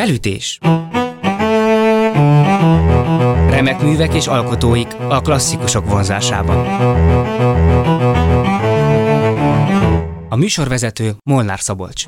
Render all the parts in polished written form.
Felütés. Remek művek és alkotóik a klasszikusok vonzásában. A műsorvezető Molnár Szabolcs.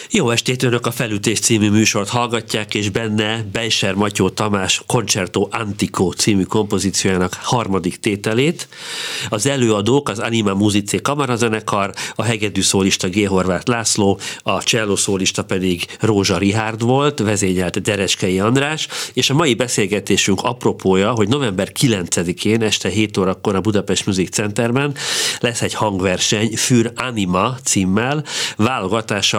Jó estét, önök a Felütés című műsort hallgatják, és benne Beischer Mattyó Tamás Concerto Antico című kompozíciójának harmadik tételét. Az előadók az Anima Musicae kamarazenekar, a hegedű szólista G. Horváth László, a cselló szólista pedig Rózsa Richárd volt, vezényelt Dereskei András, és a mai beszélgetésünk apropója, hogy november 9-én este 7 órakor a Budapest Music Centerben lesz egy hangverseny Für Anima címmel, válogatás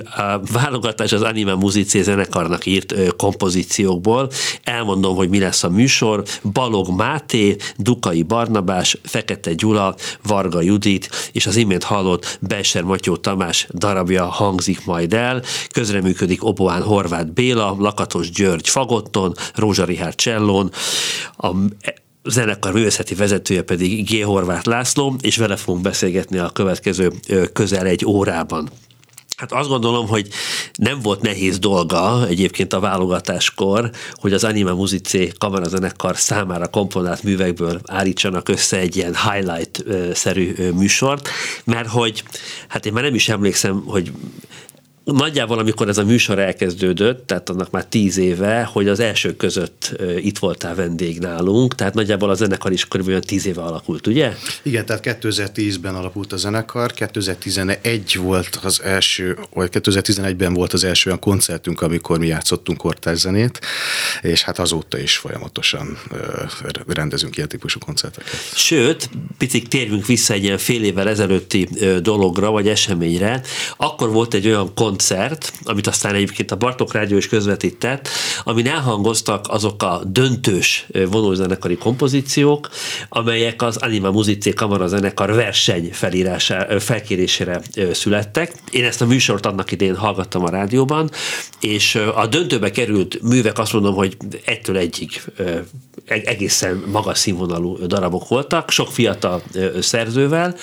az Anima Musicae zenekarnak írt kompozíciókból. Elmondom, hogy mi lesz a műsor. Balog Máté, Dukai Barnabás, Fekete Gyula, Varga Judit és az imént hallott Beischer Mattyó Tamás darabja hangzik majd el. Közreműködik oboán Horváth Béla, Lakatos György fagotton, Rózsa Richárd csellón, a zenekar művészeti vezetője pedig G. Horváth László, és vele fogunk beszélgetni a következő közel egy órában. Hát azt gondolom, hogy nem volt nehéz dolga egyébként a válogatáskor, hogy az Anima Musicae kamarazenekar számára komponált művekből állítsanak össze egy ilyen highlight-szerű műsort, mert hogy, hát én már nem is emlékszem, hogy nagyjából, amikor ez a műsor elkezdődött, tehát annak már 10 éve, hogy az elsők között itt voltál vendég nálunk, tehát nagyjából a zenekar is körülbelül 10 éve alakult, ugye? Igen, tehát 2010-ben alapult a zenekar, 2011 volt az első, vagy 2011-ben volt az első olyan koncertünk, amikor mi játszottunk kortárszenét, és hát azóta is folyamatosan rendezünk ilyen típusú koncerteket. Sőt, picit térjünk vissza egy ilyen fél évvel ezelőtti dologra, vagy eseményre. Akkor volt egy olyan koncert, amit aztán egyébként a Bartók Rádió is közvetített, amin elhangoztak azok a döntős vonózenekari kompozíciók, amelyek az Anima Musicae kamarazenekar verseny felkérésére születtek. Én ezt a műsort annak idején hallgattam a rádióban, és a döntőbe került művek azt mondom, hogy egytől egyig egészen magas színvonalú darabok voltak, sok fiatal szerzővel,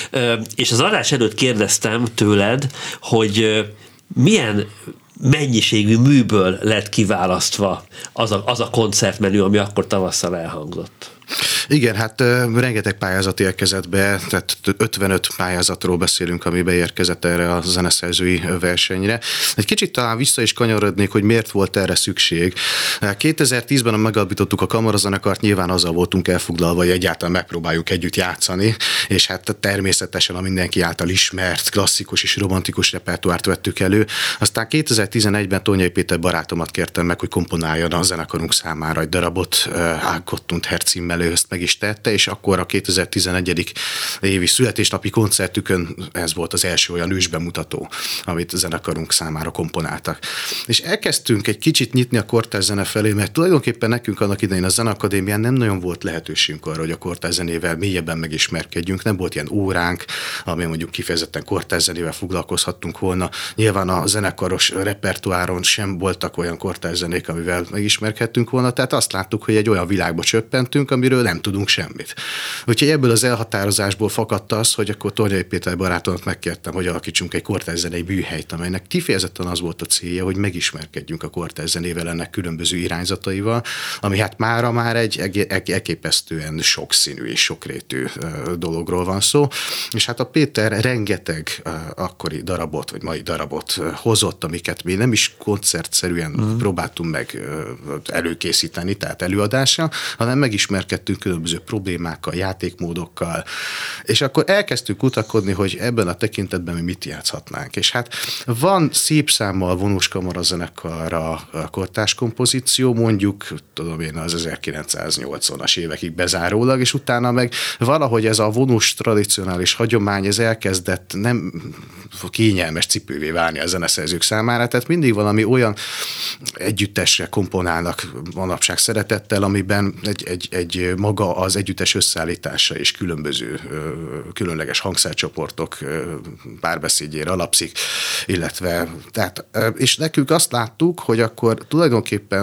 és az adás előtt kérdeztem tőled, hogy milyen mennyiségű műből lett kiválasztva az a koncertmenü, ami akkor tavasszal elhangzott. Igen, hát rengeteg pályázat érkezett be, tehát 55 pályázatról beszélünk, ami beérkezett erre a zeneszerzői versenyre. Egy kicsit talán vissza is kanyarodnék, hogy miért volt erre szükség. 2010-ben megalapítottuk a kamarazenekart, nyilván azzal voltunk elfoglalva, hogy egyáltalán megpróbáljuk együtt játszani, és hát természetesen a mindenki által ismert, klasszikus és romantikus repertoárt vettük elő. Aztán 2011-ben Tonyai Péter barátomat kértem meg, hogy komponáljon a zenekarunk számára egy darabot, Ágottunt Herr címmel, ő ezt meg is tette, és akkor a 2011. évi születésnapi koncertükön ez volt az első olyan ősbemutató, amit a zenekarunk számára komponáltak. És elkezdtünk egy kicsit nyitni a kortárs zene felé, mert tulajdonképpen nekünk annak idején a Zeneakadémián nem nagyon volt lehetőségünk arra, hogy a kortárs zenével mélyebben megismerkedjünk, nem volt ilyen óránk, ami mondjuk kifejezetten kortárs zenével foglalkozhattunk volna. Nyilván a zenekaros repertoáron sem voltak olyan kortárs zenék, amivel megismerkedtünk volna, tehát azt láttuk, hogy egy olyan világba csöppentünk, amiről nem tudunk semmit. Úgyhogy ebből az elhatározásból fakadt az, hogy akkor Tonyai Péter barátomat megkértem, hogy alakítsunk egy kortárszenei műhelyt, amelynek kifejezetten az volt a célja, hogy megismerkedjünk a kortárszenével, ennek különböző irányzataival, ami hát mára már egy elképesztően sokszínű és sokrétű dologról van szó. És hát a Péter rengeteg akkori darabot, vagy mai darabot hozott, amiket mi nem is koncertszerűen próbáltunk meg előkészíteni, tehát előadásra, hanem megismerkedtünk különböző problémákkal, játékmódokkal, és akkor elkezdtük kutakodni, hogy ebben a tekintetben mi mit játszhatnánk. És hát van szép számmal vonós kamarazenekarra a kortárs kompozíció, mondjuk, tudom én, az 1980-as évekig bezárólag, és utána meg valahogy ez a vonós tradicionális hagyomány, ez elkezdett nem kényelmes cipővé válni a zeneszerzők számára, tehát mindig valami olyan együttesre komponálnak manapság szeretettel, amiben egy maga az együttes összeállítása és különböző különleges hangszercsoportok párbeszédjére alapszik, illetve, tehát, és nekünk azt láttuk, hogy akkor tulajdonképpen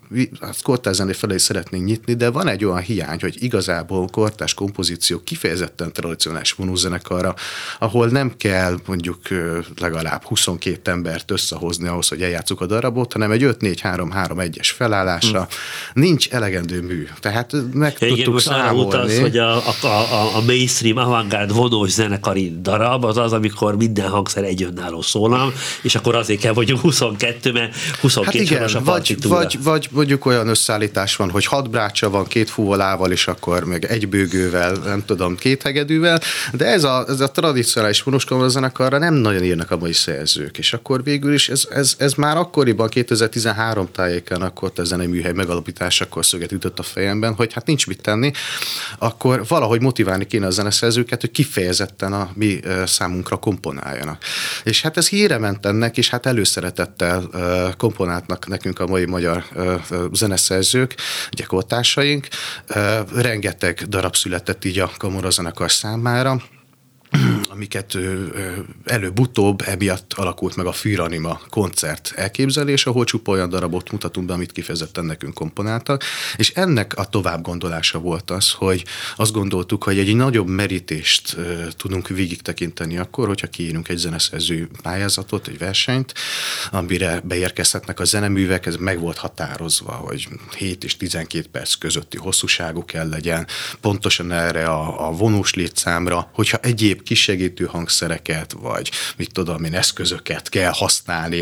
azt kortárs zené felé szeretnénk nyitni, de van egy olyan hiány, hogy igazából kortárs kompozíció kifejezetten tradicionális vonózenekarra, ahol nem kell mondjuk legalább 22 embert összehozni ahhoz, hogy eljátszuk a darabot, hanem egy 5-4-3-3-1-es felállásra. Nincs elegendő mű. Tehát meg tudtuk számolni. Utalsz, hogy a mainstream avantgárd vonós zenekari darab az, amikor minden hangszer egy önálló szólam, és akkor azért kell vagyunk 22, mert 22 soros a partitúra. Vagy mondjuk olyan összeállítás van, hogy 6 brácsa van 2 fuvolával, és akkor még egy bőgővel, nem tudom, 2 hegedűvel, de ez a tradicionális vonós kamarazenekarra nem nagyon írnak a mai szerzők, és akkor végül is ez már akkoriban 2013 tájéken akkor a zenei műhely megalapításakor szöget ütött a fejemben, hogy hát nincs mit tenni, akkor valahogy motiválni kéne a zeneszerzőket, hogy kifejezetten a mi számunkra komponáljanak. És hát ez híre ment ennek, és hát előszeretettel komponáltnak nekünk a mai magyar zeneszerzők, gyakorlátársaink. Rengeteg darab született így a kamarazenekar számára, amiket előbb-utóbb emiatt alakult meg a Fűranima koncert elképzelés, ahol csupa olyan darabot mutatunk be, amit kifejezetten nekünk komponáltak, és ennek a továbbgondolása volt az, hogy azt gondoltuk, hogy egy nagyobb merítést tudunk végig tekinteni akkor, hogyha kiírunk egy zeneszerző pályázatot, egy versenyt, amire beérkezhetnek a zeneművek, ez meg volt határozva, hogy 7 és 12 perc közötti hosszúságú kell legyen, pontosan erre a vonós létszámra, hogyha egyéb kisegítő hangszereket, vagy mit tudom én, eszközöket kell használni,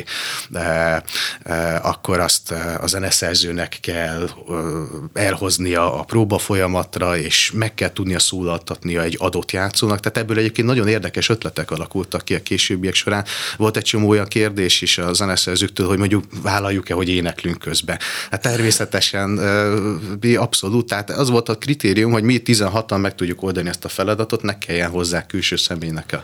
akkor azt a zeneszerzőnek kell elhoznia a próba folyamatra, és meg kell tudnia szólaltatnia egy adott játszónak. Tehát ebből egyébként nagyon érdekes ötletek alakultak ki a későbbiek során. Volt egy csomó olyan kérdés is a zeneszerzőktől, hogy mondjuk vállaljuk-e, hogy éneklünk közben. Hát természetesen mi abszolút, tehát az volt a kritérium, hogy mi 16-an meg tudjuk oldani ezt a feladatot, ne kelljen hozzá külső személynek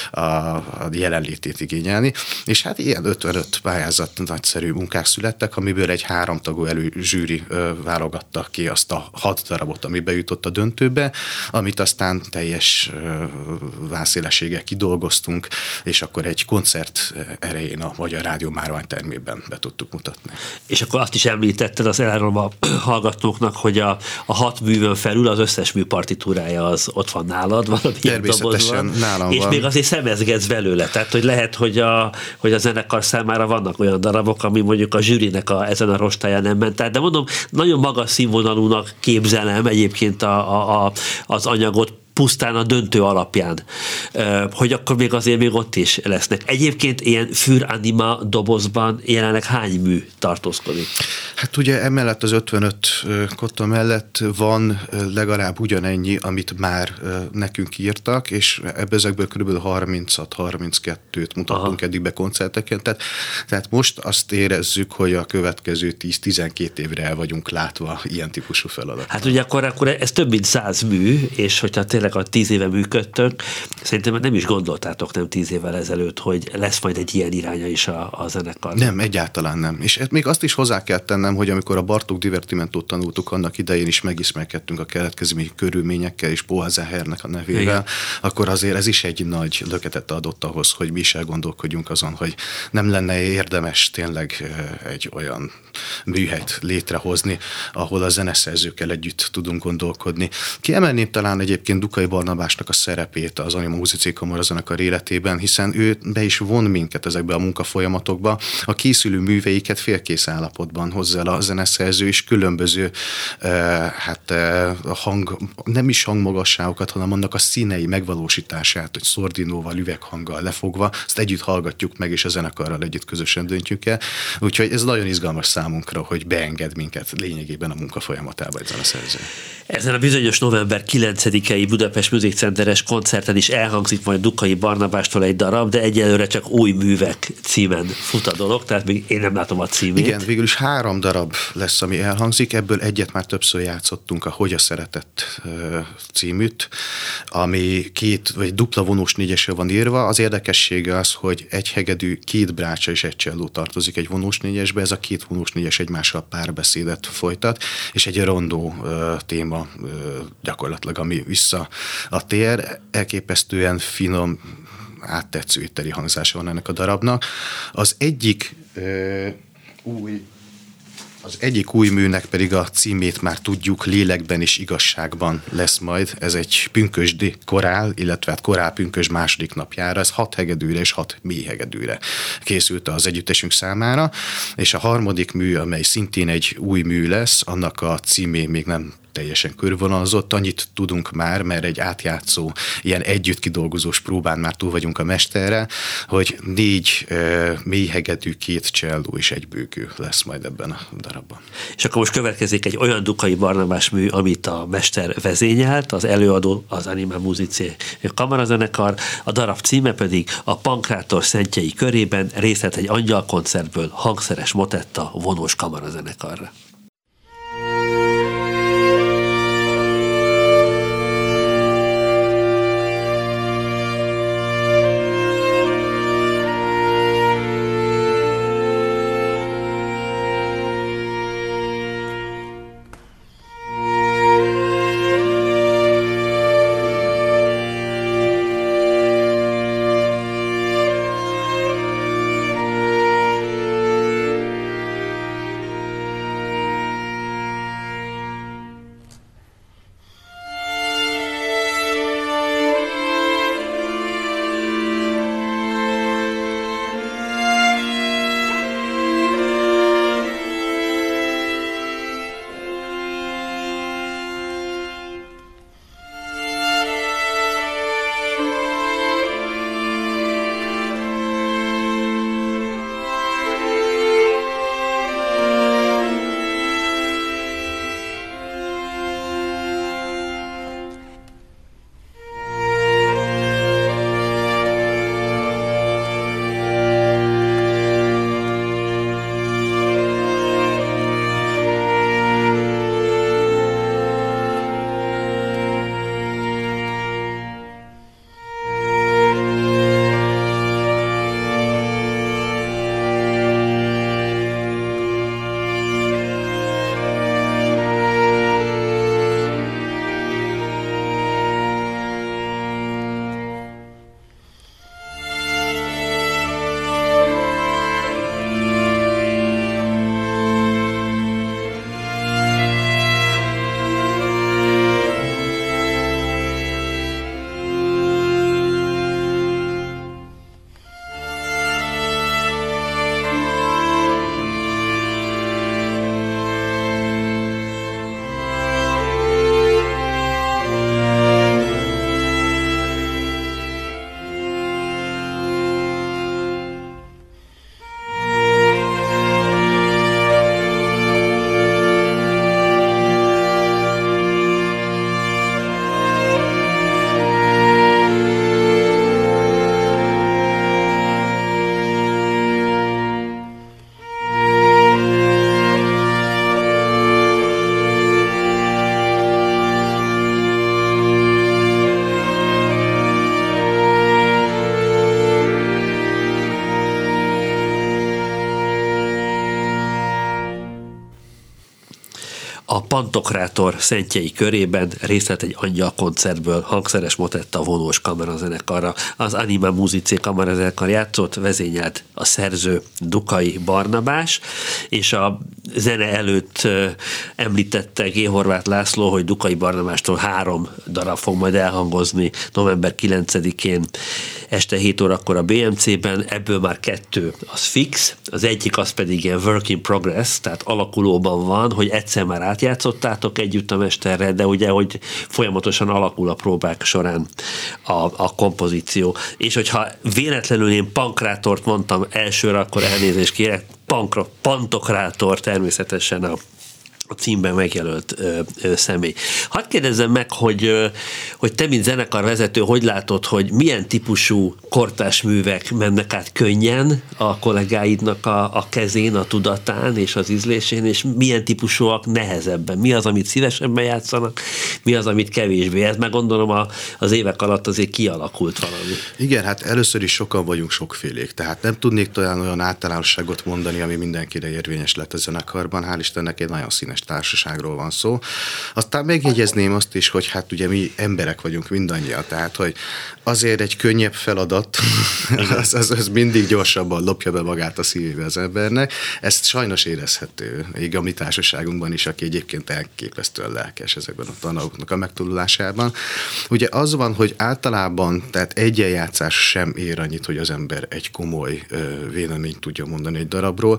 a jelenlétét igényelni, és hát ilyen 55 pályázat nagyszerű munkák születtek, amiből egy 3 tagú zsűri válogatta ki azt a 6 darabot, ami bejutott a döntőbe, amit aztán teljes vászélességgel kidolgoztunk, és akkor egy koncert erején a Magyar Rádió márványtermében be tudtuk mutatni. És akkor azt is említetted az elárulom a hallgatóknak, hogy a 6 művön felül az összes mű partitúrája az ott van nálad, valamilyen dobozban, nálam és van. még azért szemezgetsz belőle, tehát hogy lehet, hogy a zenekar számára vannak olyan darabok, ami mondjuk a zsűrinek ezen a rostáján nem ment át, de mondom, nagyon magas színvonalúnak képzelem egyébként az anyagot, pusztán a döntő alapján, hogy akkor még azért még ott is lesznek. Egyébként ilyen Fűranima dobozban jelenleg hány mű tartózkodik? Hát ugye emellett az 55 kotta mellett van legalább ugyanennyi, amit már nekünk írtak, és ezekből kb. 36-32-t mutattunk eddig be koncerteken, tehát most azt érezzük, hogy a következő 10-12 évre el vagyunk látva ilyen típusú feladat. Hát ugye akkor ez több mint 100 mű, és hogyha tényleg a 10 éve működtök, szerintem nem is gondoltátok nem 10 évvel ezelőtt, hogy lesz majd egy ilyen iránya is a zenekar. Nem, egyáltalán nem. És még azt is hozzá kell tennem, hogy amikor a Bartók Divertimentót tanultuk, annak idején is megismerkedtünk a keletkezői körülményekkel és Boazahernek a nevével, igen, akkor azért ez is egy nagy löketet adott ahhoz, hogy mi is elgondolkodjunk azon, hogy nem lenne érdemes tényleg egy olyan műhelyt létrehozni, ahol a zeneszerzőkkel együtt tudunk gondolkodni. Kiemelném talán egyébként Dukai Barnabásnak a szerepét az Anima Musicae kamarazenekar életében, hiszen ő be is von minket ezekbe a munkafolyamatokba. A készülő műveiket félkész állapotban hozzá el a zeneszerző, és különböző nem is hangmagasságokat, hanem annak a színei megvalósítását, hogy szordinóval, üveghanggal lefogva, ezt együtt hallgatjuk meg, és a zenekarral együtt közösen döntjük el. Úgyhogy ez nagyon izgalmas számunkra, hogy beenged minket lényegében a munkafolyamatába egy zeneszerző. Ezen a bizonyos november 9-i Budapest Music Centeres koncerten is elhangzik majd Dukai Barnabástól egy darab, de egyelőre csak Új művek címen fut a dolog, tehát még én nem látom a címét. Igen, végül is 3 darab lesz, ami elhangzik, ebből egyet már többször játszottunk, a Hogy a szeretett címűt, ami 2 vagy dupla vonós 4-esre van írva. Az érdekessége az, hogy egy hegedű, 2 brácsa és egy cselló tartozik egy vonós 4-esbe, ez a 2 vonós 4-es egymással párbeszédet folytat, és egy rondó téma gyakorlatilag, ami vissza a tér, elképesztően finom, áttetsző itteri hangzása van ennek a darabnak. Az egyik új Az egyik új műnek pedig a címét már tudjuk, Lélekben és igazságban lesz majd. Ez egy pünkösdi korál, illetve korál pünkös második napjára. Ez 6 hegedűre és 6 mélyhegedűre készült az együttesünk számára. És a harmadik mű, amely szintén egy új mű lesz, annak a címé még nem teljesen körvonalazott, annyit tudunk már, mert egy átjátszó, ilyen együtt kidolgozós próbán már túl vagyunk a mesterre, hogy 4 mélyhegedű, 2 cselló és 1 bőgő lesz majd ebben a darabban. És akkor most következik egy olyan Dukai Barnabás mű, amit a mester vezényelt, az előadó az Anima Musicae kamarazenekar, a darab címe pedig a Pankrátor szentjei körében, részlet egy angyalkoncertből, hangszeres motetta vonós kamarazenekarra. a Pantokrátor szentjei körében részlet egy angyalkoncertből, hangszeres motetta vonós kamarazenekarra. Az Anima Musicae kamarazenekar játszott, vezényelt a szerző Dukai Barnabás, és a zene előtt említette G. Horváth László, hogy Dukai Barnabástól 3 darab fog majd elhangozni november 9-én este 7 órakor a BMC-ben, ebből már 2 az fix, az egyik az pedig ilyen work in progress, tehát alakulóban van, hogy egyszer már átjátszottátok együtt a mesterrel, de ugye, hogy folyamatosan alakul a próbák során a kompozíció. És hogyha véletlenül én Pankrátort mondtam elsőre, akkor elnézést kérek, Pantokrátor természetesen a címben megjelölt személy. Hadd kérdezzem meg, hogy te, mint zenekarvezető, hogy látod, hogy milyen típusú kortárs művek mennek át könnyen a kollégáidnak a kezén, a tudatán és az ízlésén, és milyen típusúak nehezebben? Mi az, amit szívesebben játszanak, mi az, amit kevésbé? Ez meg gondolom az évek alatt azért kialakult valami. Igen, hát először is sokan vagyunk sokfélék, tehát nem tudnék talán olyan általánosságot mondani, ami mindenkire érvényes lett a zenekarban. Hál' Istennek egy nagyon színes társaságról van szó. Aztán megjegyezném azt is, hogy hát ugye mi emberek vagyunk mindannyian, tehát hogy azért egy könnyebb feladat, az mindig gyorsabban lopja be magát a szívébe az embernek. Ez sajnos érezhető, még a mi társaságunkban is, aki egyébként elképesztően lelkes ezekben a tanulóknak a megtanulásában. Ugye az van, hogy általában, tehát egy eljátszás sem ér annyit, hogy az ember egy komoly véleményt tudja mondani egy darabról.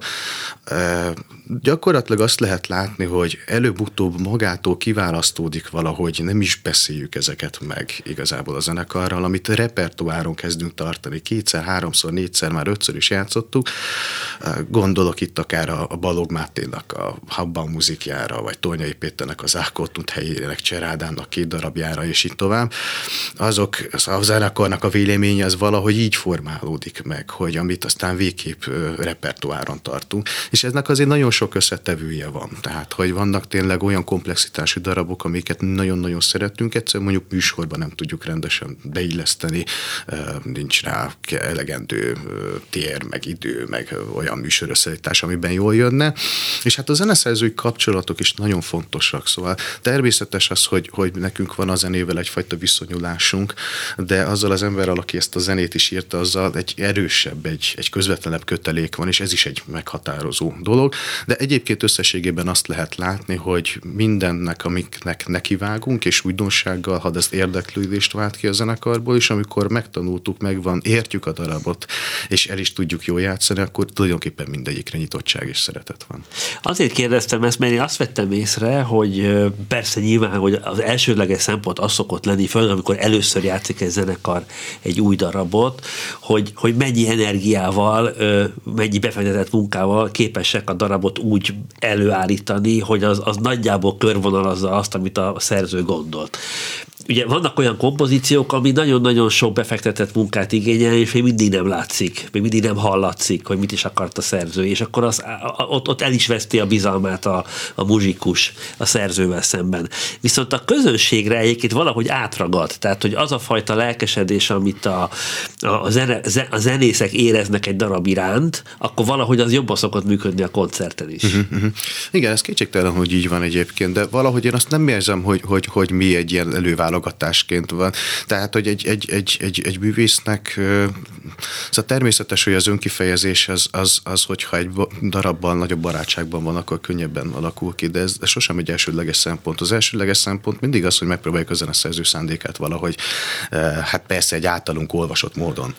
Gyakorlatilag azt lehet látni, hogy előbb-utóbb magától kiválasztódik valahogy, nem is beszéljük ezeket meg igazából a zenekarral, amit repertoáron kezdünk tartani. 2-szer, 3-szor, 4-szer, már 5-ször is játszottuk. Gondolok itt akár a Balogh Máténak a Habban muzikjára, vagy Tolnyai Péternek az Ákoltunt helyének, Cserádámnak 2 darabjára, és így tovább. Azok, a zenekarnak a véleménye az valahogy így formálódik meg, hogy amit aztán végképp repertoáron tartunk. És eznek azért nagyon sok összetevője van. Tehát, hogy vannak tényleg olyan komplexitású darabok, amiket nagyon-nagyon szeretünk, egyszerűen mondjuk műsorban nem tudjuk rendesen beilleszteni, nincs rá elegendő tér, meg idő, meg olyan műsorösszeállítás, amiben jól jönne. És hát a zeneszerzői kapcsolatok is nagyon fontosak, szóval természetes az, hogy nekünk van a zenével egyfajta viszonyulásunk, de azzal az emberrel, aki ezt a zenét is írta, azzal egy erősebb, egy közvetlenebb kötelék van, és ez is egy meghatározó dolog. De egyébként összességében azt lehet látni, hogy mindennek, amiknek nekivágunk, és újdonsággal, ha ezt érdeklődést vált ki a zenekarból, és amikor megtanultuk, megvan, értjük a darabot, és el is tudjuk jól játszani, akkor tulajdonképpen mindegyikre nyitottság és szeretet van. Azért kérdeztem ezt, mert én azt vettem észre, hogy persze nyilván, hogy az elsődleges szempont az szokott lenni, főleg amikor először játszik egy zenekar egy új darabot, hogy mennyi energiával, mennyi befektetett munkával képesek a darabot úgy előállítani, hogy az nagyjából körvonalazza azt, amit a szerző gondolt. Ugye vannak olyan kompozíciók, ami nagyon-nagyon sok befektetett munkát igényel, és még mindig nem látszik, még mindig nem hallatszik, hogy mit is akart a szerző, és akkor ott el is veszti a bizalmát a muzsikus a szerzővel szemben. Viszont a közönségre egyébként valahogy átragad, tehát hogy az a fajta lelkesedés, amit a zenészek éreznek egy darab iránt, akkor valahogy az jobban szokott működni a koncerten is. Igen, ez kétségtelen, hogy így van egyébként, de valahogy én azt nem érzem, hogy mi egy ilyen előválogatásként van. Tehát, hogy egy művésznek, szóval természetes, hogy az önkifejezés az, hogyha egy darabban, nagyobb barátságban van, akkor könnyebben alakul ki, de ez sosem egy elsődleges szempont. Az elsődleges szempont mindig az, hogy megpróbáljuk a zeneszerző szándékát valahogy, hát persze egy általunk olvasott módon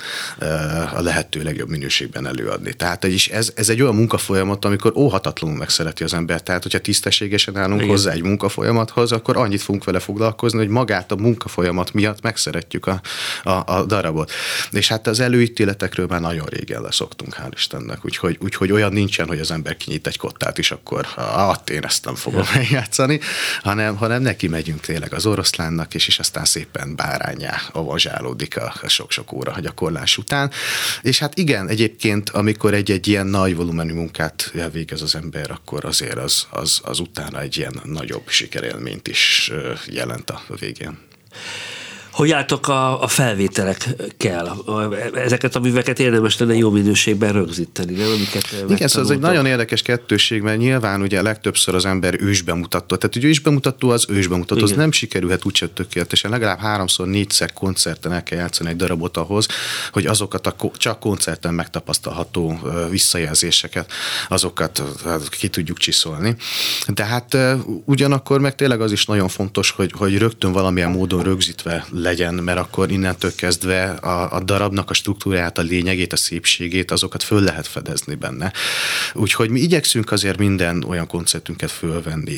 a lehető legjobb minőségben előadni. Tehát ez egy olyan munkafolyamat, amikor óhatatlanul megszereti az ember. Tehát, hogyha tisztességesen állunk hozzá egy munkafolyamathoz, akkor annyit fogunk vele foglalkozni, hogy magát a munkafolyamat miatt megszeretjük a darabot. És hát az előítéletekről már nagyon régen leszoktunk, hál' Istennek. Úgyhogy olyan nincsen, hogy az ember kinyit egy kottát, és akkor én ezt nem fogom megjátszani, hanem neki megyünk tényleg az oroszlánnak, és aztán szépen bárányá avanzsálódik a sok-sok óra gyakorlás után. És hát igen, egyébként, amikor egy ilyen nagy volumenű munkát elvégez az ember, akkor azért az utána egy ilyen nagyobb sikerélményt is jelent a végén. Hogy álltok a felvételekkel? Ezeket a műveket érdemes lenne jó minőségben rögzíteni, nem? Igen, szóval ez egy nagyon érdekes kettőség, mert nyilván ugye legtöbbször az ember ősbemutató. Tehát ugye ősbemutató, az nem sikerülhet úgyse tökéletesen. Legalább 3-4-szer koncerten el kell játszani egy darabot ahhoz, hogy azokat csak koncerten megtapasztalható visszajelzéseket, azokat ki tudjuk csiszolni. De hát ugyanakkor meg tényleg az is nagyon fontos, hogy rögtön valamilyen módon rögzítve legyen, mert akkor innentől kezdve a darabnak a struktúráját, a lényegét, a szépségét, azokat föl lehet fedezni benne. Úgyhogy mi igyekszünk azért minden olyan koncertünket fölvenni,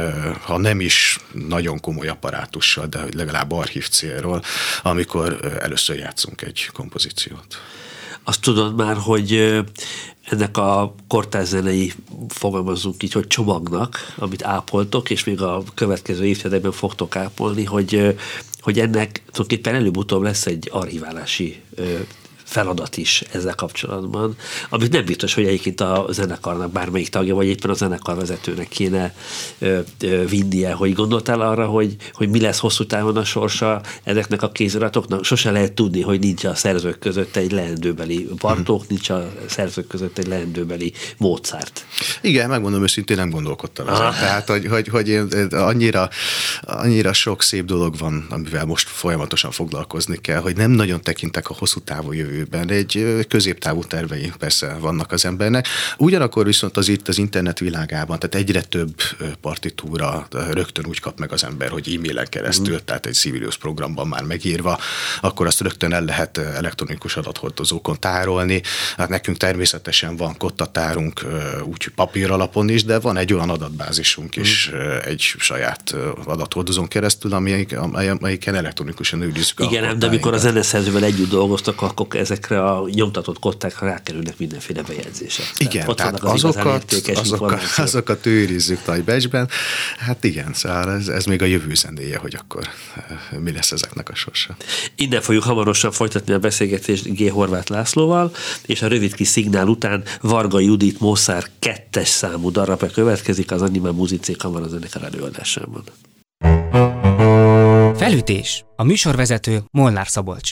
ha nem is nagyon komoly apparátussal, de legalább archív célról, amikor először játszunk egy kompozíciót. Azt tudod már, hogy ennek a kortárs zenei, fogalmazunk így, hogy csomagnak, amit ápoltok, és még a következő évtizedekben fogtok ápolni, hogy ennek tulajdonképpen előbb-utóbb lesz egy archiválási feladat is ezzel kapcsolatban, amit nem biztos, hogy egyébként a zenekarnak bármelyik tagja, vagy éppen a zenekarvezetőnek kéne vinnie. Hogy gondoltál arra, hogy mi lesz hosszú távon a sorsa ezeknek a kéziratoknak? Sose lehet tudni, hogy nincs a szerzők között egy leendőbeli Bartók, nincs a szerzők között egy leendőbeli Mozart. Igen, megmondom őszintén, nem gondolkodtam ezen. Tehát, hogy én annyira sok szép dolog van, amivel most folyamatosan foglalkozni kell, hogy nem nagyon tekintek a hosszú távú jövőben. Egy középtávú tervei persze vannak az embernek. Ugyanakkor viszont itt az internet világában, tehát egyre több partitúra rögtön úgy kap meg az ember, hogy e-mailen keresztül, tehát egy Sibelius programban már megírva, akkor azt rögtön el lehet elektronikus adathordozókon tárolni. Hát nekünk természetesen van kottatárunk, úgy papír alapon is, de van egy olyan adatbázisunk is egy saját adathordozón keresztül, amelyiken elektronikusan őrizzük. Igen, de amikor a zeneszerzővel együtt dolgoztak, akkor ezekre a nyomtatott kottákra rákerülnek mindenféle bejegyzések. Igen, tehát azokat őrizzük nagy becsben. Hát igen, szóval ez még a jövő zenéje, hogy akkor mi lesz ezeknek a sorsa. Innen fogjuk hamarosan folytatni a beszélgetést G. Horváth Lászlóval, és a rövid kis szignál után Varga Judit Mozart 2. számú darabja következik az Anima Musicae kamarazenekar előadásában. Felütés. A műsorvezető Molnár Szabolcs.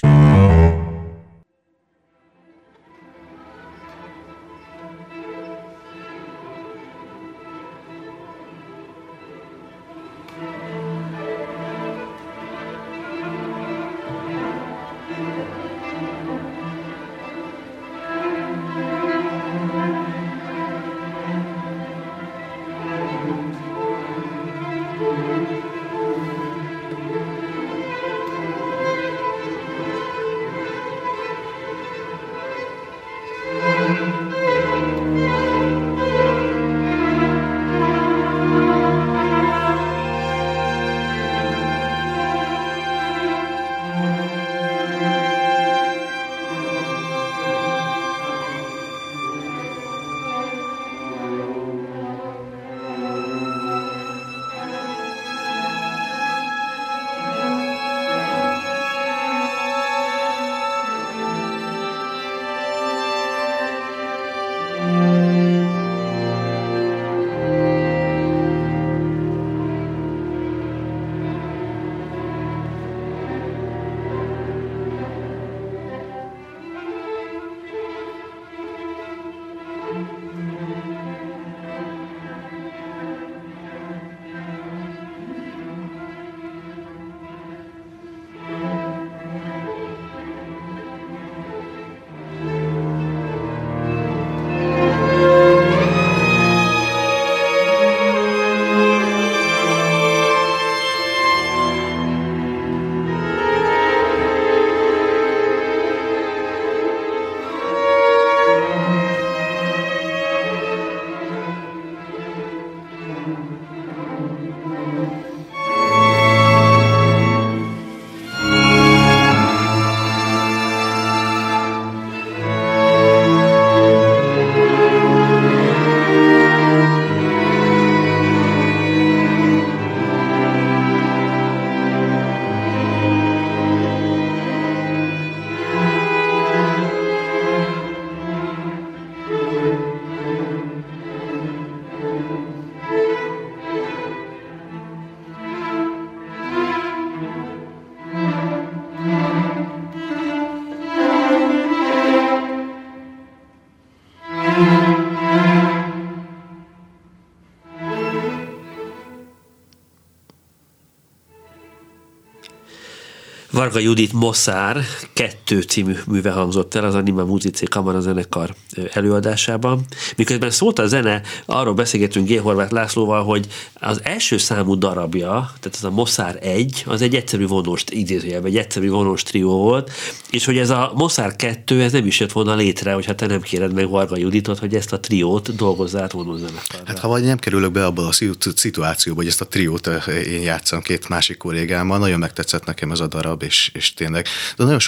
Varga Judit Mozart 2 című műve hangzott el az Anima Musicae kamarazenekar előadásában. Miközben szólt a zene, arról beszélgetünk G. Horváth Lászlóval, hogy az első számú darabja, tehát az a Mozart 1, az egy egyszerű vonós, idézőjelben egy egyszerű vonós trió volt, és hogy ez a Mozart 2, ez nem is jött volna létre, hogyha te nem kéred meg Varga Juditot, hogy ezt a triót dolgozz át vonózenekarra. Hát ha vagy nem kerülök be abba a szituációba, hogy ezt a triót én játszom 2 másik kollégámmal, nagyon megtetszett nekem ez a darab, és tényleg, de nagyon sokféleképpen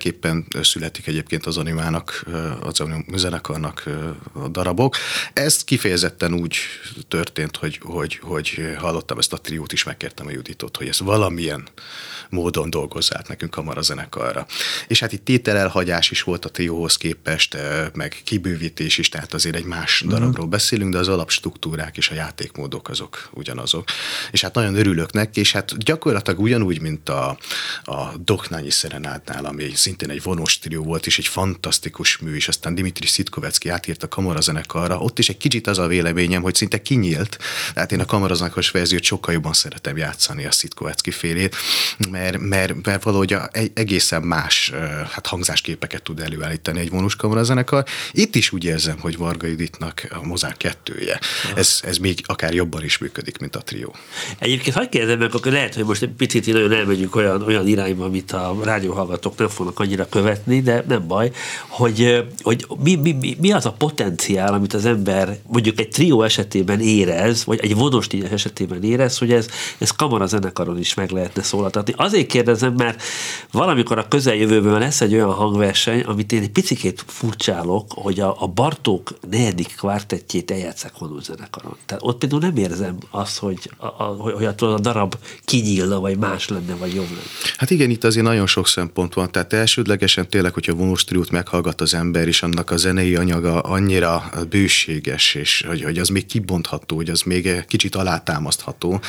mindenféleképpen születik egyébként az Animának, az zenekarnak a darabok. Ez kifejezetten úgy történt, hogy hallottam ezt a triót is, megkértem a Juditot, hogy ezt valamilyen módon dolgozzát nekünk kamarazenekarra. És hát itt tételelhagyás is volt a trióhoz képest, meg kibővítés is, tehát azért egy más darabról beszélünk, de az alapstruktúrák és a játékmódok azok ugyanazok. És hát nagyon örülök neki, és hát gyakorlatilag ugyanúgy, mint a Doknányi Szerenádnál, ami szintén egy vonós trió volt, és egy fantasztikus mű, és aztán Dimitri Szitkovecki átírta a kamarazenekarra. Ott is egy kicsit az a véleményem, hogy szinte kinyílt. Tehát én a kamarazenekaros verziót sokkal jobban szeretem játszani, a Szitkovecki félét, mert valahogy egészen más hangzásképeket tud előállítani egy vonós kamarazenekar. Itt is úgy érzem, hogy Varga Juditnak a Mozart 2-je. Ez még akár jobban is működik, mint a trió. Egyébként hadd kérdezem meg, akkor lehet, hogy most egy picit nagyon elmegyünk olyan irányba, amit a rádióhallgatók nem fognak annyira követni, de nem baj, hogy mi az a potenciál, amit az ember mondjuk egy trió esetében érez, vagy egy vonós tízes esetében érez, hogy ez kamarazenekaron is meg lehetne szólaltatni. Azért kérdezem, mert valamikor a közeljövőben lesz egy olyan hangverseny, amit én egy picikét furcsálok, hogy a Bartók 4. kvártettjét eljátsszák vonós zenekaron. Tehát ott például nem érzem azt, hogy a darab kinyílna, vagy más lenne, vagy jobb lenne. Hát igen, itt azért nagyon sok szempont van. Tehát elsődlegesen tényleg, hogyha vonós triót meghallgat az ember, és annak a zenei anyaga annyira bőséges, és hogy az még kibontható, hogy az még kicsit alátámasztható,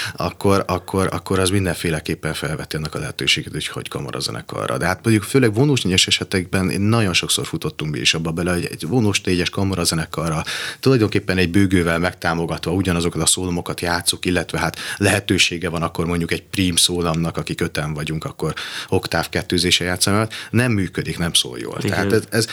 akkor az mindenféleképpen felveti annak a lehetőséget, hogy kamarazenekarra. De hát mondjuk főleg vonós négyes esetekben nagyon sokszor futottunk mi is abba bele, hogy egy vonós négyes kamarazenekarra tulajdonképpen egy bőgővel megtámogatva ugyanazokat a szólamokat játszuk, illetve hát lehetősége van akkor mondjuk egy prím szólamnak, akik 5-en vagyunk, akkor oktáv kettőzése játszani, nem működik, nem szól jól. Igen. Tehát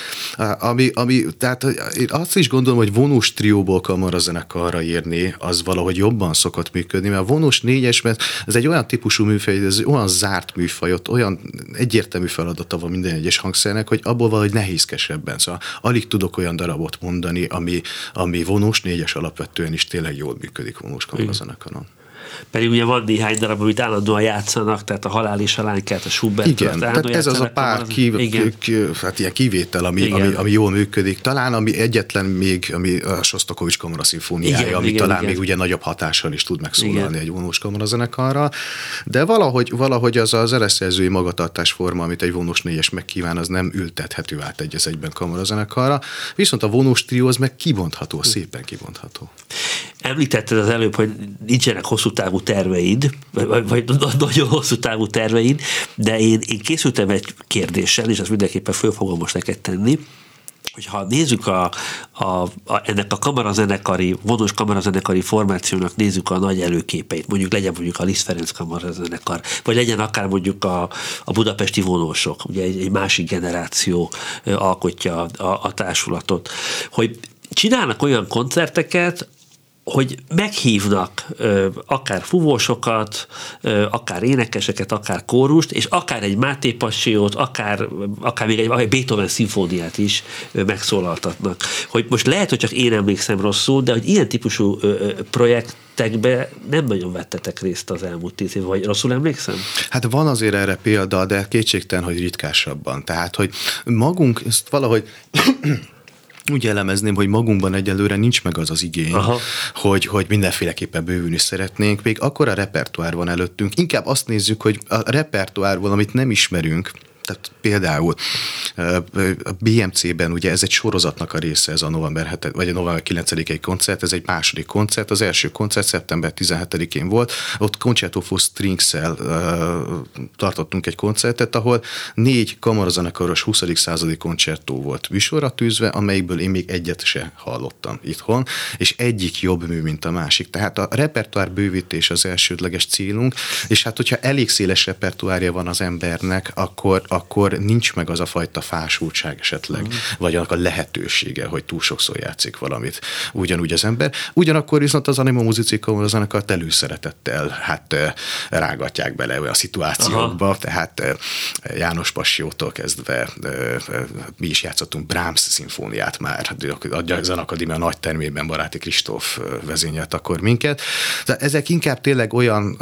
tehát én azt is gondolom, hogy vonós trióból kamarazenekarra írni, az valahogy jobban szokott működni, mert a vonós négyesben ez egy olyan típusú műfaj, ez olyan zárt műfaj, ott olyan egyértelmű feladata van minden egyes hangszernek, hogy abból valahogy nehézkesebben. Szóval alig tudok olyan darabot mondani, ami vonós négyes alapvetően is tényleg jól működik vonós kamarazenekaron. Pedig ugye van néhány darab, amit állandóan játszanak, tehát a Halál és a Lánykát, a Schubert. Igen, tehát ez az a pár ilyen kivétel, ami jól működik. Talán ami egyetlen még, ami a Sosztakovics kamaraszimfóniája, ami talán még ugye nagyobb hatással is tud megszólalni egy vonós kamarazenekarra, de valahogy az a zeneszerzői magatartásforma, amit egy vonós négyes megkíván, az nem ültethető át egy egyben kamarazenekarra, viszont a vonós trió az meg kibontható, szépen kibontható. Említetted az előbb, hogy nincsenek hosszú távú terveid, vagy nagyon hosszú távú terveid, de én készültem egy kérdéssel, és azt mindenképpen föl fogom most neked tenni, hogyha nézzük ennek a kamarazenekari, vonós kamarazenekari formációnak nézzük a nagy előképeit, legyen a Liszt Ferenc kamarazenekar, vagy legyen akár mondjuk a budapesti vonósok, ugye egy másik generáció alkotja a társulatot, hogy csinálnak olyan koncerteket, hogy meghívnak akár fúvósokat, akár énekeseket, akár kórust, és akár egy Máté Passiót, akár még egy Beethoven szimfóniát is megszólaltatnak. Hogy most lehet, hogy csak én emlékszem rosszul, de hogy ilyen típusú projektekbe nem nagyon vettetek részt az elmúlt 10 év, vagy rosszul emlékszem? Hát van azért erre példa, de kétségtelen, hogy ritkásabban. Tehát, hogy magunk ezt valahogy úgy elemezném, hogy magunkban egyelőre nincs meg az igény, hogy mindenféleképpen bővülni szeretnénk. Még akkora repertoár van előttünk. Inkább azt nézzük, hogy a repertoárból, amit nem ismerünk, tehát például a BMC-ben ugye ez egy sorozatnak a része, ez a november 7, vagy a november 9-i koncert, ez egy második koncert, az első koncert szeptember 17-én volt, ott Concerto for Strings-szel tartottunk egy koncertet, ahol 4 kamarazenekaros 20. századi koncertó volt műsorra tűzve, amelyikből én még egyet se hallottam itthon, és egyik jobb mű, mint a másik. Tehát a repertoár bővítés az elsődleges célunk, és hát hogyha elég széles repertoárja van az embernek, akkor nincs meg az a fajta fásultság esetleg, vagy annak a lehetősége, hogy túl sokszor játszik valamit ugyanúgy az ember. Ugyanakkor viszont az Anima Musicale zenekart előszeretettel rágatják bele olyan szituációkba, tehát János Passiótól kezdve mi is játszottunk Brahms szimfóniát már, a Zenakadémia nagy termében Baráti Kristóf vezényelt akkor minket. De ezek inkább tényleg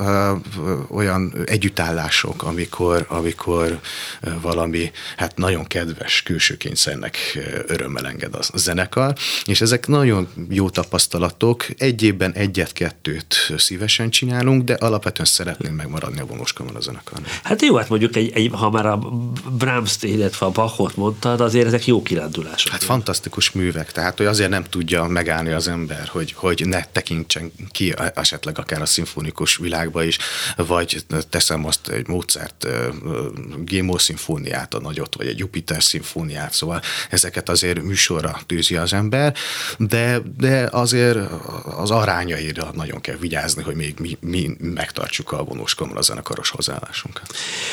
olyan együttállások, amikor valami hát nagyon kedves külső kényszernek örömmel enged a zenekar, és ezek nagyon jó tapasztalatok, egy évben egyet-kettőt szívesen csinálunk, de alapvetően szeretném megmaradni a Vonós Kamara zenekarnak. Hát jó, hát mondjuk ha már a Brahms-t, illetve a Bachot mondtad, azért ezek jó kirándulások. Hát fantasztikus művek, tehát hogy azért nem tudja megállni az ember, hogy ne tekintsen ki esetleg akár a szimfonikus világba is, vagy teszem azt egy Mozart G-moll szimfóniát, a nagyot, vagy egy Jupiter szimfóniát, szóval ezeket azért műsorra tűzi az ember, de azért az arányaira nagyon kell vigyázni, hogy még mi megtartsuk a Vonós Kamara zenekaros hozzáállásunkat.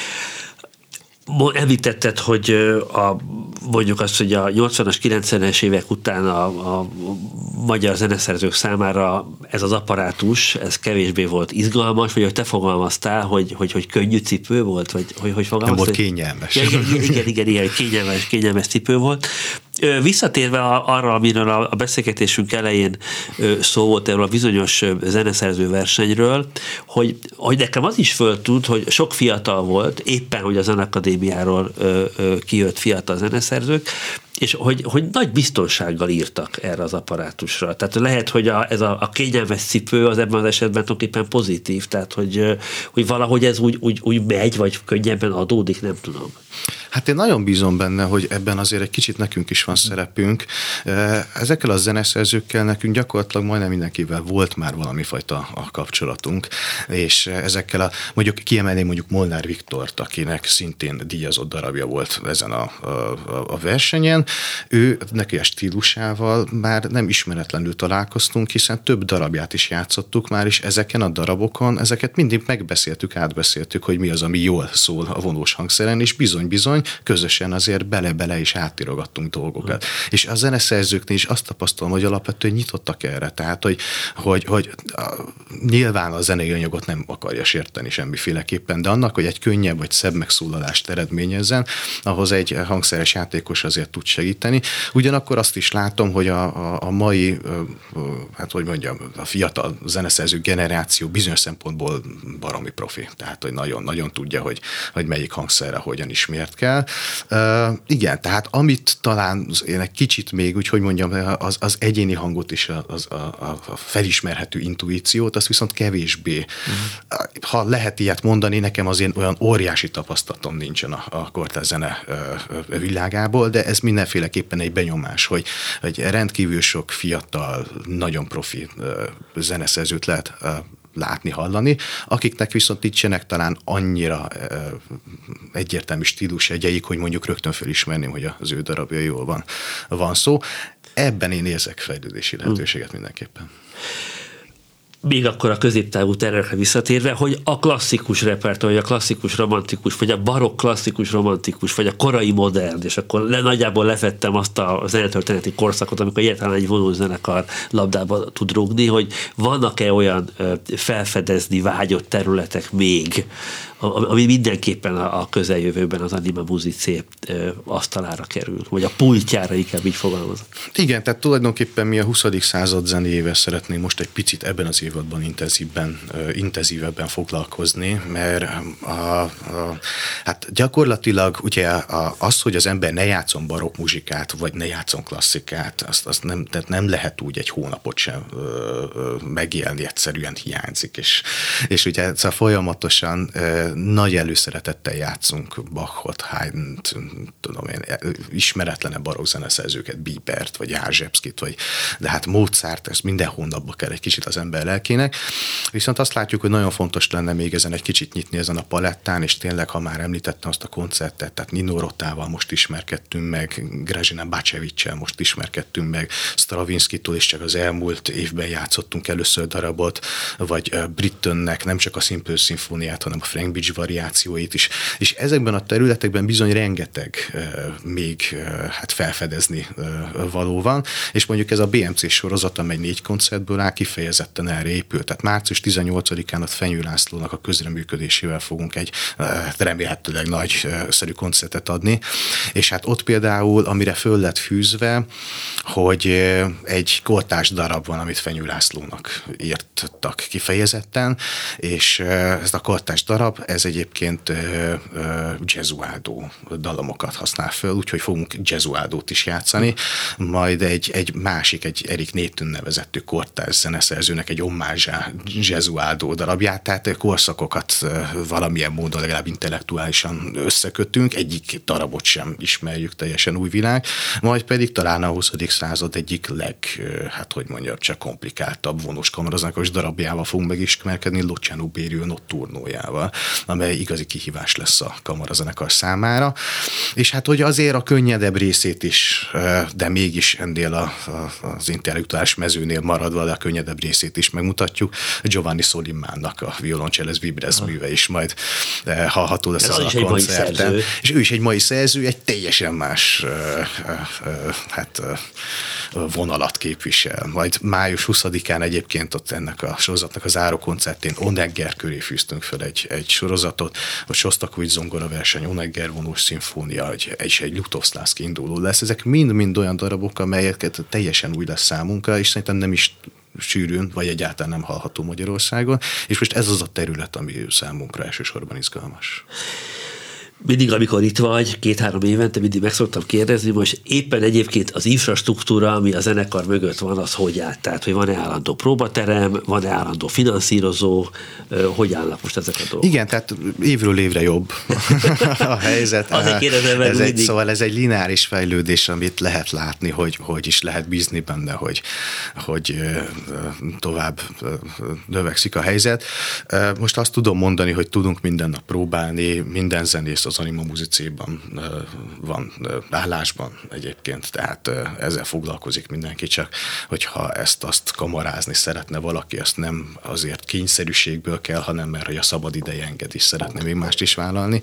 Említetted, hogy mondjuk azt, hogy a 80-as, 90-es évek után a magyar zeneszerzők számára ez az apparátus, ez kevésbé volt izgalmas, vagy hogy te fogalmaztál, hogy könnyű cipő volt, vagy hogy fogalmaztál? Nem volt kényelmes. Igen, kényelmes cipő volt. Visszatérve arra, amiről a beszélgetésünk elején szó volt erről a bizonyos zeneszerző versenyről, hogy nekem az is föltűnt, hogy sok fiatal volt, éppen hogy a Zenakadémiáról kijött fiatal zeneszerzők, és hogy nagy biztonsággal írtak erre az apparátusra. Tehát lehet, hogy ez a kényelmes cipő az ebben az esetben tulajdonképpen pozitív, tehát hogy valahogy ez úgy megy, vagy könnyebben adódik, nem tudom. Hát én nagyon bízom benne, hogy ebben azért egy kicsit nekünk is van szerepünk. Ezekkel a zeneszerzőkkel nekünk gyakorlatilag majdnem mindenkivel volt már valami fajta a kapcsolatunk, és ezekkel mondjuk kiemelném mondjuk Molnár Viktort, akinek szintén díjazott darabja volt ezen a versenyen. Neki a stílusával már nem ismeretlenül találkoztunk, hiszen több darabját is játszottuk már, és ezeken a darabokon, ezeket mindig megbeszéltük, átbeszéltük, hogy mi az, ami jól szól a vonós hangszeren, és bizony közösen azért bele-bele is átírogattunk dolgokat. És a zeneszerzőknél is azt tapasztalom, hogy alapvetően nyitottak erre, tehát hogy nyilván a zenei anyagot nem akarja sérteni semmiféleképpen, de annak, hogy egy könnyebb vagy szebb megszólalást eredményezzen, ahhoz egy hangszeres játékos azért tud segíteni. Ugyanakkor azt is látom, hogy a mai, hát hogy mondjam, a fiatal zeneszerző generáció bizonyos szempontból baromi profi, tehát hogy nagyon tudja, hogy melyik hangszerre hogyan is miért kell. Igen, tehát amit talán én egy kicsit még, úgy hogy mondjam, az egyéni hangot és a felismerhető intuíciót, azt viszont kevésbé. Ha lehet ilyet mondani, nekem azért olyan óriási tapasztalatom nincsen a kortárs zene világából, de ez mindenféleképpen egy benyomás, hogy rendkívül sok fiatal, nagyon profi zeneszerzőt lehet látni, hallani, akiknek viszont nincsenek talán annyira egyértelmű stílusjegyeik, hogy mondjuk rögtön felismerném, hogy az ő darabjairól van szó. Ebben én érzek fejlődési lehetőséget mindenképpen. Még akkor a középtávú tervekre visszatérve, hogy a klasszikus repertoár, vagy a klasszikus romantikus, vagy a barokk klasszikus romantikus, vagy a korai modern, és akkor nagyjából lefettem azt a zenetörténeti korszakot, amikor egyáltalán egy vonós zenekar labdába tud rúgni, hogy vannak-e olyan felfedezni vágyott területek még, ami mindenképpen a közeljövőben az Anima Musicale asztalára kerül, vagy a pultjára, inkább így fogalmazok. Igen, tehát tulajdonképpen mi a 20. század zenéjével szeretnénk most egy picit ebben az évadban intenzívebben foglalkozni, mert hát gyakorlatilag ugye az, hogy az ember ne játszon barokk muzsikát, vagy ne játszon klasszikát, azt nem lehet úgy egy hónapot sem megélni, egyszerűen hiányzik, és ugye szóval folyamatosan nagy előszeretettel játszunk Bachot, Haydnt, tudom én, ismeretlenebb barokk zeneszerzőket, Biebert, vagy Járzsebszkit, de hát Mozart, ezt minden hónapban kell egy kicsit az ember mindenkinek. Viszont azt látjuk, hogy nagyon fontos lenne még ezen egy kicsit nyitni ezen a palettán, és tényleg, ha már említettem azt a koncertet, tehát Nino Rotával most ismerkedtünk meg, Grażyna Bacseviccel most ismerkedtünk meg, Stravinskitól is csak az elmúlt évben játszottunk először darabot, vagy Brittonnek nem csak a Simple szimfóniát, hanem a Frank Beach variációit is. És ezekben a területekben bizony rengeteg még hát felfedezni való van, és mondjuk ez a BMC sorozat, amely 4 koncertből áll, kifejezetten erre épül. Tehát március 18-án a Fenyő Lászlónak a közreműködésével fogunk egy remélhetőleg nagyszerű koncertet adni, és hát ott például, amire föl lett fűzve, hogy egy kortárs darab van, amit Fenyő Lászlónak írtak kifejezetten, és ez a kortárs darab, ez egyébként Gesualdo dalomokat használ föl, úgyhogy fogunk Gesualdót is játszani, majd egy másik, egy Erik Nétün nevezetű kortárs zeneszerzőnek egy ommázsá Gesualdo darabját, tehát korszakokat valamilyen módon legalább intellektuálisan összekötünk, egyik darabot sem ismerjük, teljesen új világ, majd pedig talán a 20. század egyik csak komplikáltabb vonós kamarazenekaros darabjával fogunk megismerkedni, Luciano Berio Notturnójával, amely igazi kihívás lesz a kamarazenekar számára. És hát, hogy azért a könnyedebb részét is, de mégis ennél az intellektuális mezőnél maradva, de a könnyedebb részét is megmutatjuk, Giovanni Solimánnak a Violoncelles Vibres műve is majd hallható lesz a koncerten. És ő is egy mai szerző, egy teljesen más vonalat képvisel. Majd május 20-án egyébként ott ennek a sorozatnak a záró koncertén Onegger köré fűztünk fel egy sorozatot, hogy Sostakovics zongoraverseny, Onegger vonós szimfónia, egy Lutovszlászki induló lesz. Ezek mind-mind olyan darabok, amelyeket teljesen új lesz számunkra, és szerintem nem is sűrűn, vagy egyáltalán nem hallható Magyarországon, és most ez az a terület, ami számunkra elsősorban izgalmas. Mindig, amikor itt vagy, 2-3 évente, mindig meg szoktam kérdezni, most éppen egyébként az infrastruktúra, ami a zenekar mögött van, az hogy áll? Tehát, hogy van-e állandó próbaterem, van-e állandó finanszírozó, hogy állnak most ezek a dolgok? Igen, tehát évről évre jobb a helyzet. Azért kérdezem meg mindig. Szóval ez egy lineáris fejlődés, amit lehet látni, hogy is lehet bízni benne, hogy tovább növekszik a helyzet. Most azt tudom mondani, hogy tudunk minden nap próbálni, minden zenész az Anima Musicében van állásban egyébként, tehát ezzel foglalkozik mindenki, csak hogyha ezt-azt kamarázni szeretne valaki, azt nem azért kényszerűségből kell, hanem mert hogy a szabad ideje enged is szeretne még mást is vállalni.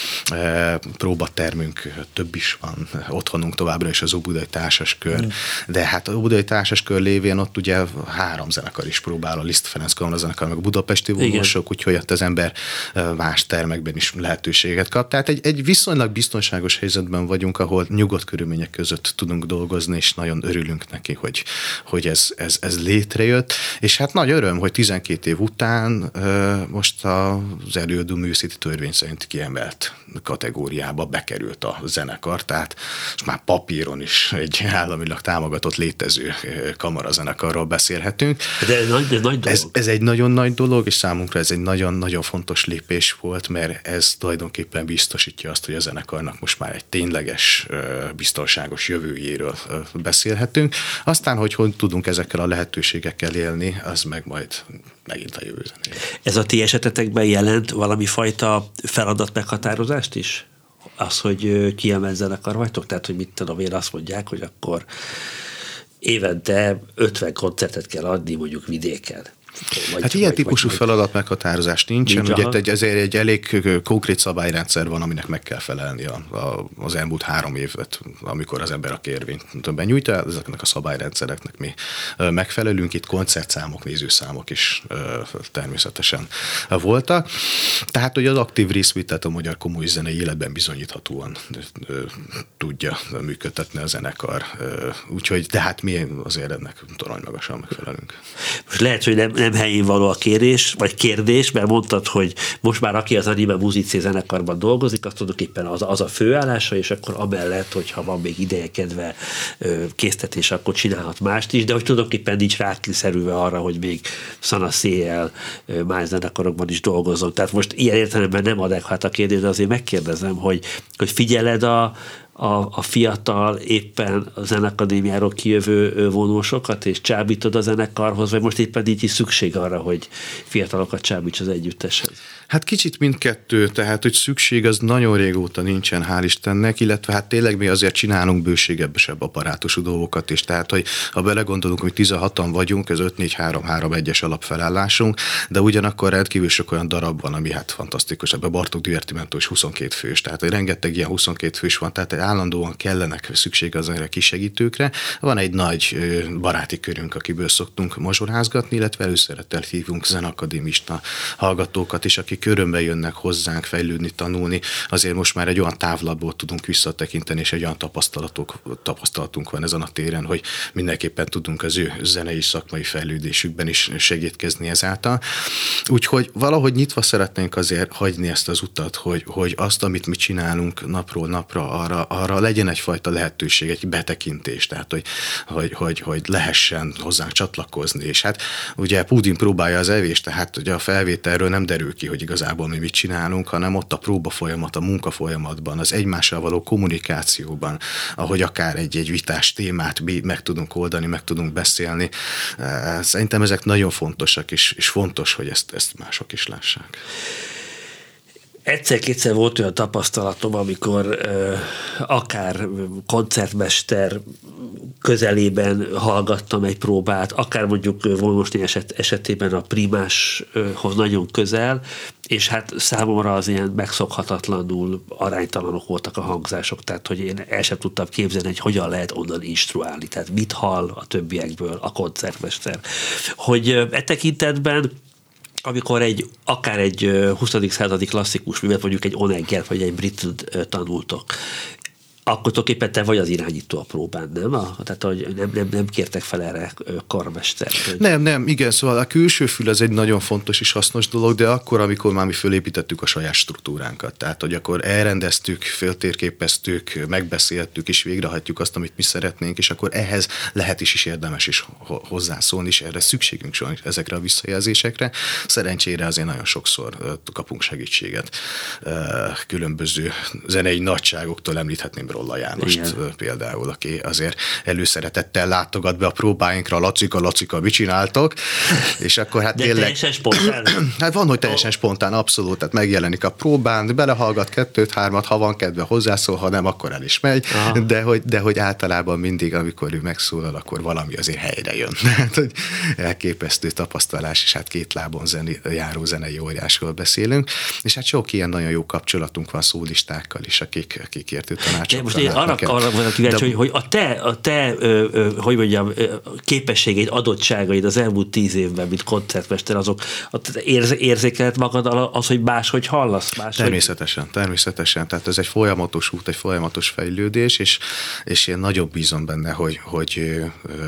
Próbatermünk több is van, otthonunk továbbra is az Óbudai Társaskör, de hát a Óbudai Társaskör lévén ott ugye 3 zenekar is próbál, a Liszt Ferenc kamarazenekar, meg a budapesti vonósok, úgyhogy ott az ember más termekben is lehetőséget kap. Tehát egy viszonylag biztonságos helyzetben vagyunk, ahol nyugodt körülmények között tudunk dolgozni, és nagyon örülünk neki, hogy ez létrejött. És hát nagy öröm, hogy 12 év után most az előadó művészeti törvény szerint kiemelt kategóriába bekerült a zenekar, tehát most már papíron is egy államilag támogatott létező kamarazenekarról beszélhetünk. De ez nagy dolog. Ez egy nagyon nagy dolog, és számunkra ez egy nagyon-nagyon fontos lépés volt, mert ez tulajdonképpen biztosítja azt, hogy a zenekarnak most már egy tényleges, biztonságos jövőjéről beszélhetünk. Aztán, hogy tudunk ezekkel a lehetőségekkel élni, az meg majd megint a jövő zenéje. Ez a ti esetetekben jelent valami fajta feladat meghatározást is? Az, hogy kiemelt zenekar vagytok? Tehát, hogy mit tudom én, azt mondják, hogy akkor évente 50 koncertet kell adni mondjuk vidéken. Hát ilyen típusú feladat meghatározás nincsen. Ugye ezért egy elég konkrét szabályrendszer van, aminek meg kell felelni az elmúlt 3 évet, amikor az ember a kérvényt benyújtja. Ezeknek a szabályrendszereknek mi megfelelünk. Itt koncertszámok, nézőszámok is természetesen voltak. Tehát, hogy az aktív részvételt a magyar komoly zenei életben bizonyíthatóan tudja működtetni a zenekar. Úgyhogy, de hát mi azért ennek toronymagasan megfelelünk. Most lehet, hogy nem helyén való a kérdés, mert mondtad, hogy most már aki az Anima Musicae zenekarban dolgozik, azt tulajdonképpen az a főállása, és akkor amellett, hogyha van még ideje, kedve, késztetés, akkor csinálhat mást is, de hogy tulajdonképpen nincs rákényszerülve arra, hogy még szanaszéjjel más zenekarokban is dolgozzon. Tehát most ilyen értelemben nem adekvát a kérdés, de azért megkérdezem, hogy figyeled a fiatal, éppen a Zeneakadémiáról kijövő vonósokat, és csábítod a zenekarhoz, vagy most éppen így is szükség arra, hogy fiatalokat csábíts az együtteshez? Hát kicsit mindkettő, tehát hogy szükség az nagyon régóta nincsen, hál' Istennek, illetve hát tényleg mi azért csinálunk bőségesebb apparátusú dolgokat is, tehát hogy ha belegondolunk, hogy 16-an vagyunk, ez 5-4-3-3-1-es alapfelállásunk, de ugyanakkor rendkívül sok olyan darab van, ami hát fantasztikus, ebben Bartók Divertimento is 22 fős, tehát hogy rengeteg ilyen 22 fős van, tehát állandóan kellenek szükség az erre kisegítőkre. Van egy nagy baráti körünk, akiből szoktunk mazsorázgatni, illetve előszerettel hívunk zeneakadémista hallgatókat is, akik örömmel jönnek hozzánk fejlődni, tanulni. Azért most már egy olyan távlatból tudunk visszatekinteni, és egy olyan tapasztalatunk van ezen a téren, hogy mindenképpen tudunk az ő zenei szakmai fejlődésükben is segítkezni ezáltal. Úgyhogy valahogy nyitva szeretnénk azért hagyni ezt az utat, hogy azt, amit mi csinálunk napról napra, arra legyen egyfajta lehetőség, egy betekintés, tehát hogy lehessen hozzánk csatlakozni. És hát ugye Pudin próbálja az evést, tehát ugye a felvételről nem derül ki, hogy igazából mi mit csinálunk, hanem ott a próba folyamat, a munka folyamatban, az egymással való kommunikációban, ahogy akár egy vitás témát meg tudunk oldani, meg tudunk beszélni. Szerintem ezek nagyon fontosak, és fontos, hogy ezt mások is lássák. Egyszer-kétszer volt olyan tapasztalatom, amikor akár koncertmester közelében hallgattam egy próbát, akár mondjuk Volmosné esetében a primáshoz nagyon közel, és hát számomra az ilyen megszokhatatlanul aránytalanok voltak a hangzások, tehát hogy én el sem tudtam képzelni, hogy hogyan lehet onnan instruálni, tehát mit hall a többiekből a koncertmester. Hogy e tekintetben amikor akár egy 20. századi klasszikus művet, mondjuk egy Oneggert vagy egy Brittet tanultok, akkor tulajdonképpen te vagy az irányító a próbán, nem? Tehát, hogy nem kértek fel erre karmestert. Hogy... Nem, igen, szóval a külső fül az egy nagyon fontos és hasznos dolog, de akkor, amikor már mi fölépítettük a saját struktúránkat, tehát, hogy akkor elrendeztük, föltérképeztük, megbeszéltük, és végrehajtjuk azt, amit mi szeretnénk, és akkor ehhez lehet is érdemes is hozzászólni, és erre szükségünk van ezekre a visszajelzésekre. Szerencsére azért nagyon sokszor kapunk segítséget különböző zenei nagyságoktól, említhetném Rolla Jánost. Igen. Például, aki azért előszeretettel látogat be a próbáinkra, Lacika, mit csináltok? És akkor hát de tényleg... teljesen spontán? Hát van, hogy teljesen spontán, abszolút, tehát megjelenik a próbán, belehallgat 2-3-at, ha van kedve hozzászól, ha nem, akkor el is megy, de hogy általában mindig, amikor ő megszólal, akkor valami azért helyre jön. Tehát, hogy elképesztő tapasztalás, és hát két lábon járó zenei óriásról beszélünk, és hát sok ilyen nagyon jó kapcsolatunk van szólistákkal is, akik értő tanácsok. Most én arra vagyok kíváncsi, hogy a te hogy mondjam, képességeid, adottságaid az elmúlt 10 évben, mint koncertmester, azok érzékeled magad az, hogy máshogy hallasz? Természetesen. Tehát ez egy folyamatos út, egy folyamatos fejlődés, és én nagyon bízom benne, hogy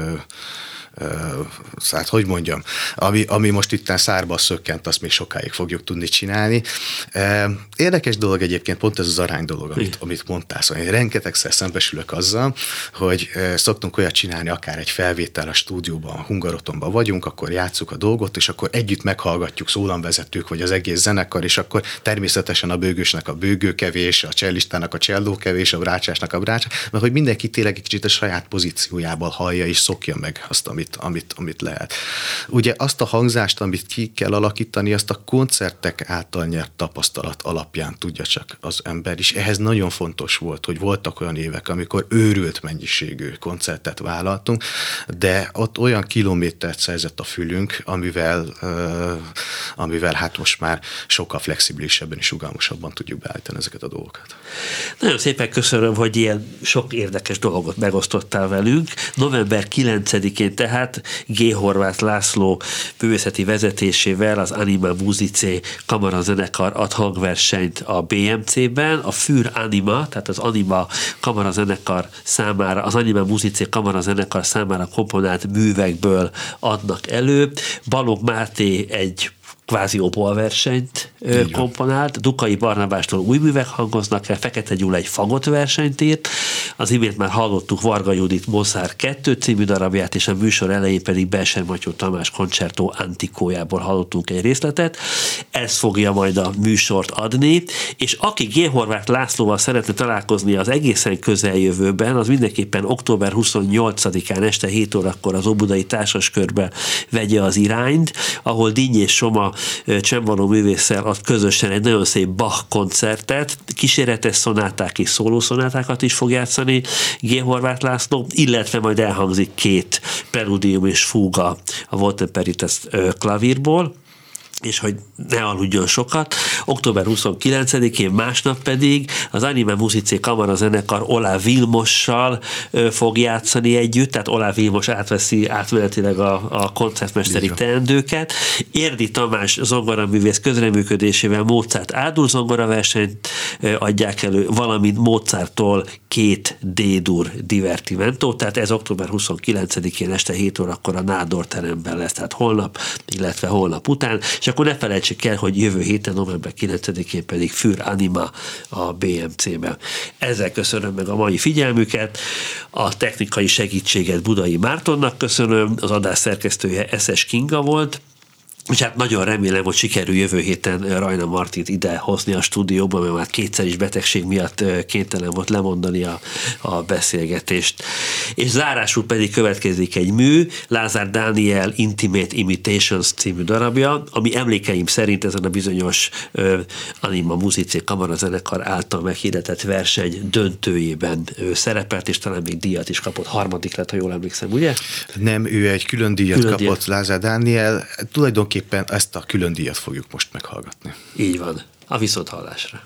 hát hogy mondjam, ami most itt szárba szökkent, azt még sokáig fogjuk tudni csinálni. Érdekes dolog egyébként, pont ez az arány dolog, amit mondtál. Szóval én rengetegszer szembesülök azzal, hogy szoktunk olyat csinálni, akár egy felvétel a stúdióban, Hungarotonban vagyunk, akkor játsszuk a dolgot, és akkor együtt meghallgatjuk szólamvezetők, vagy az egész zenekar, és akkor természetesen a bőgősnek a bőgő kevés, a cellistának a cselló kevés, a brácsásnak a brácsás, mert hogy mindenki tényleg egy kicsit a saját pozíciójában hallja és szokja meg azt, amit lehet. Ugye azt a hangzást, amit ki kell alakítani, azt a koncertek által nyert tapasztalat alapján tudja csak az ember is. Ehhez nagyon fontos volt, hogy voltak olyan évek, amikor őrült mennyiségű koncertet vállaltunk, de ott olyan kilométert szerzett a fülünk, amivel hát most már sokkal flexibilisebben és rugalmasabban tudjuk beállítani ezeket a dolgokat. Nagyon szépen köszönöm, hogy ilyen sok érdekes dolgot megosztottál velünk. November 9-én tehát G. Horváth László művészeti vezetésével az Anima Musicae kamarazenekar ad hangversenyt a BMC-ben. A Für Anima, tehát az Anima kamarazenekar számára, az Anima Musicae kamarazenekar számára komponált művekből adnak elő. Balogh Máté egy kvázi opolversenyt komponált, Dukai Barnabástól új művek hangoznak el, Fekete Gyula egy fagot versenyt írt, az imént már hallottuk Varga Judit Mozart 2 című darabját, és a műsor elején pedig Beischer Mattyó Tamás Concerto Antiquójából hallottunk egy részletet. Ez fogja majd a műsort adni, és aki G. Horváth Lászlóval szeretne találkozni az egészen közeljövőben, az mindenképpen október 28-án este 7 órakor az Óbudai Társaskörbe vegye az irányt, ahol Dinny és Soma csembaló művésszel ad közösen egy nagyon szép Bach koncertet, kíséretes szonáták és szólószonátákat is fog játszani G. Horváth László, illetve majd elhangzik 2 preludium és fúga a Wohltemperiertes klavírból, és hogy ne aludjon sokat. Október 29-én másnap pedig az Anima Musicae Kamara zenekar Olá Vilmossal fog játszani együtt, tehát Olá Vilmos átveszi átmenetileg a koncertmesteri teendőket. Érdi Tamás zongoraművész közreműködésével Mozart Ádur zongoraversenyt adják elő, valamint Mozarttól 2 D-dur divertimento, tehát ez október 29-én este 7 órakor a Nádor teremben lesz, tehát holnap, illetve holnap után, és akkor ne felejtsék el, hogy jövő héten, november 9-én pedig Für Anima a BMC-ben. Ezzel köszönöm meg a mai figyelmüket, a technikai segítséget Budai Mártonnak köszönöm, az adás szerkesztője Eszes Kinga volt, és hát nagyon remélem, hogy sikerül jövő héten Rajna Martint ide hozni a stúdióba, mert már 2-szer is betegség miatt kénytelen volt lemondani a beszélgetést. És zárásul pedig következik egy mű, Lázár Dániel Intimate Imitations című darabja, ami emlékeim szerint ezen a bizonyos Anima Musicae Kamara zenekar által meghirdetett verseny döntőjében szerepelt, és talán még díjat is kapott. 3. lett, ha jól emlékszem, ugye? Nem, ő egy külön díjat kapott, Lázár Dániel. Tulajdonképpen ezt a külön díjat fogjuk most meghallgatni. Így van. A viszonthallásra.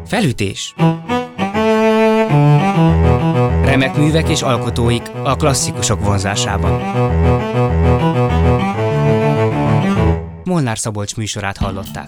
Felütés. Remek művek és alkotóik a klasszikusok vonzásában. Molnár Szabolcs műsorát hallották.